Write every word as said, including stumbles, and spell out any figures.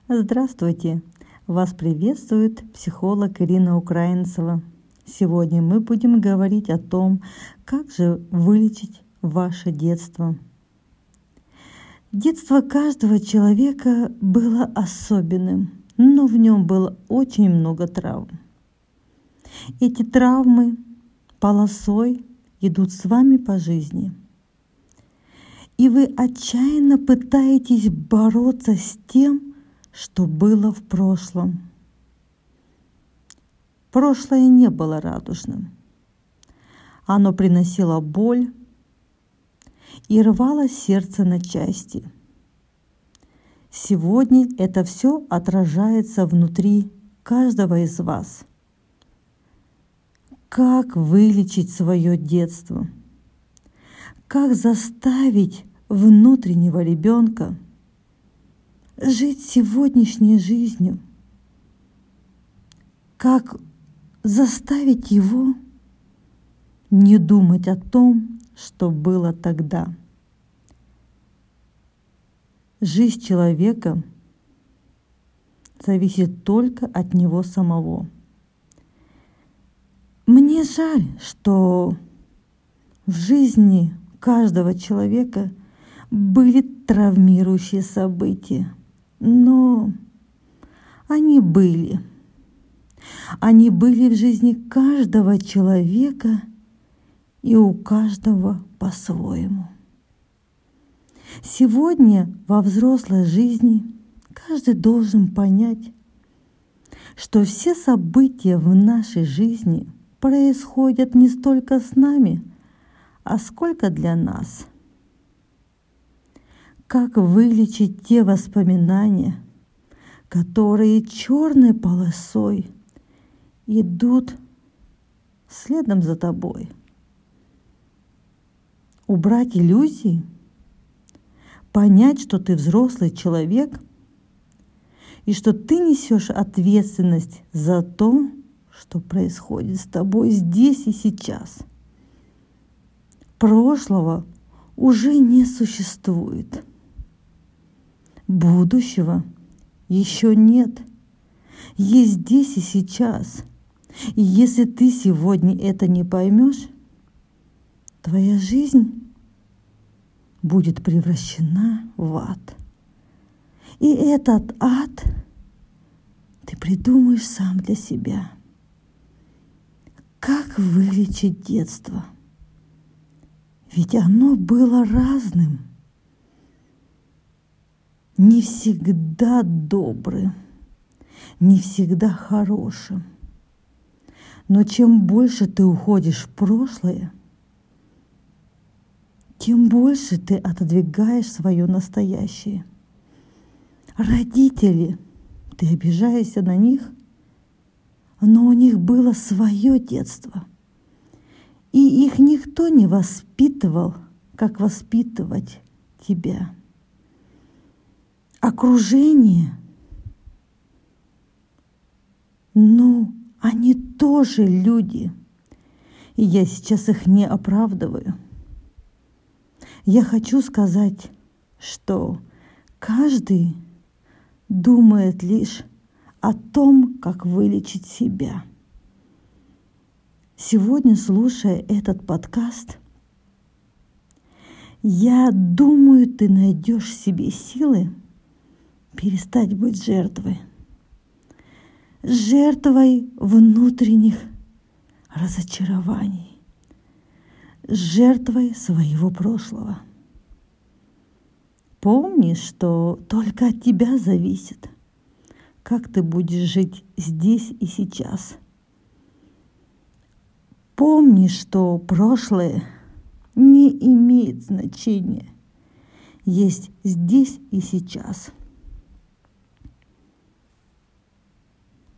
Здравствуйте! Вас приветствует психолог Ирина Украинцева. Сегодня мы будем говорить о том, как же вылечить ваше детство. Детство каждого человека было особенным, но в нем было очень много травм. Эти травмы полосой идут с вами по жизни. И вы отчаянно пытаетесь бороться с тем, что было в прошлом. Прошлое не было радужным. Оно приносило боль и рвало сердце на части. Сегодня это все отражается внутри каждого из вас. Как вылечить свое детство? Как заставить внутреннего ребенка жить сегодняшней жизнью? Как заставить его не думать о том, что было тогда? Жизнь человека зависит только от него самого. Мне жаль, что в жизни каждого человека были травмирующие события, но они были. Они были в жизни каждого человека и у каждого по-своему. Сегодня во взрослой жизни каждый должен понять, что все события в нашей жизни происходят не столько с нами, а сколько для нас. Как вылечить те воспоминания, которые черной полосой идут следом за тобой? Убрать иллюзии, понять, что ты взрослый человек и что ты несешь ответственность за то, что происходит с тобой здесь и сейчас. Прошлого уже не существует. Будущего еще нет. Есть здесь и сейчас. И если ты сегодня это не поймешь, твоя жизнь будет превращена в ад. И этот ад ты придумаешь сам для себя. Как вылечить детство? Ведь оно было разным, не всегда добрым, не всегда хорошим. Но чем больше ты уходишь в прошлое, тем больше ты отодвигаешь свое настоящее. Родители, ты обижаешься на них, но у них было свое детство. И их никто не воспитывал, как воспитывать тебя. Окружение, ну, они тоже люди. И я сейчас их не оправдываю. Я хочу сказать, что каждый думает лишь о том, как вылечить себя. Сегодня, слушая этот подкаст, я думаю, ты найдешь в себе силы перестать быть жертвой. Жертвой внутренних разочарований. Жертвой своего прошлого. Помни, что только от тебя зависит, как ты будешь жить здесь и сейчас. Помни, что прошлое не имеет значения. Есть здесь и сейчас.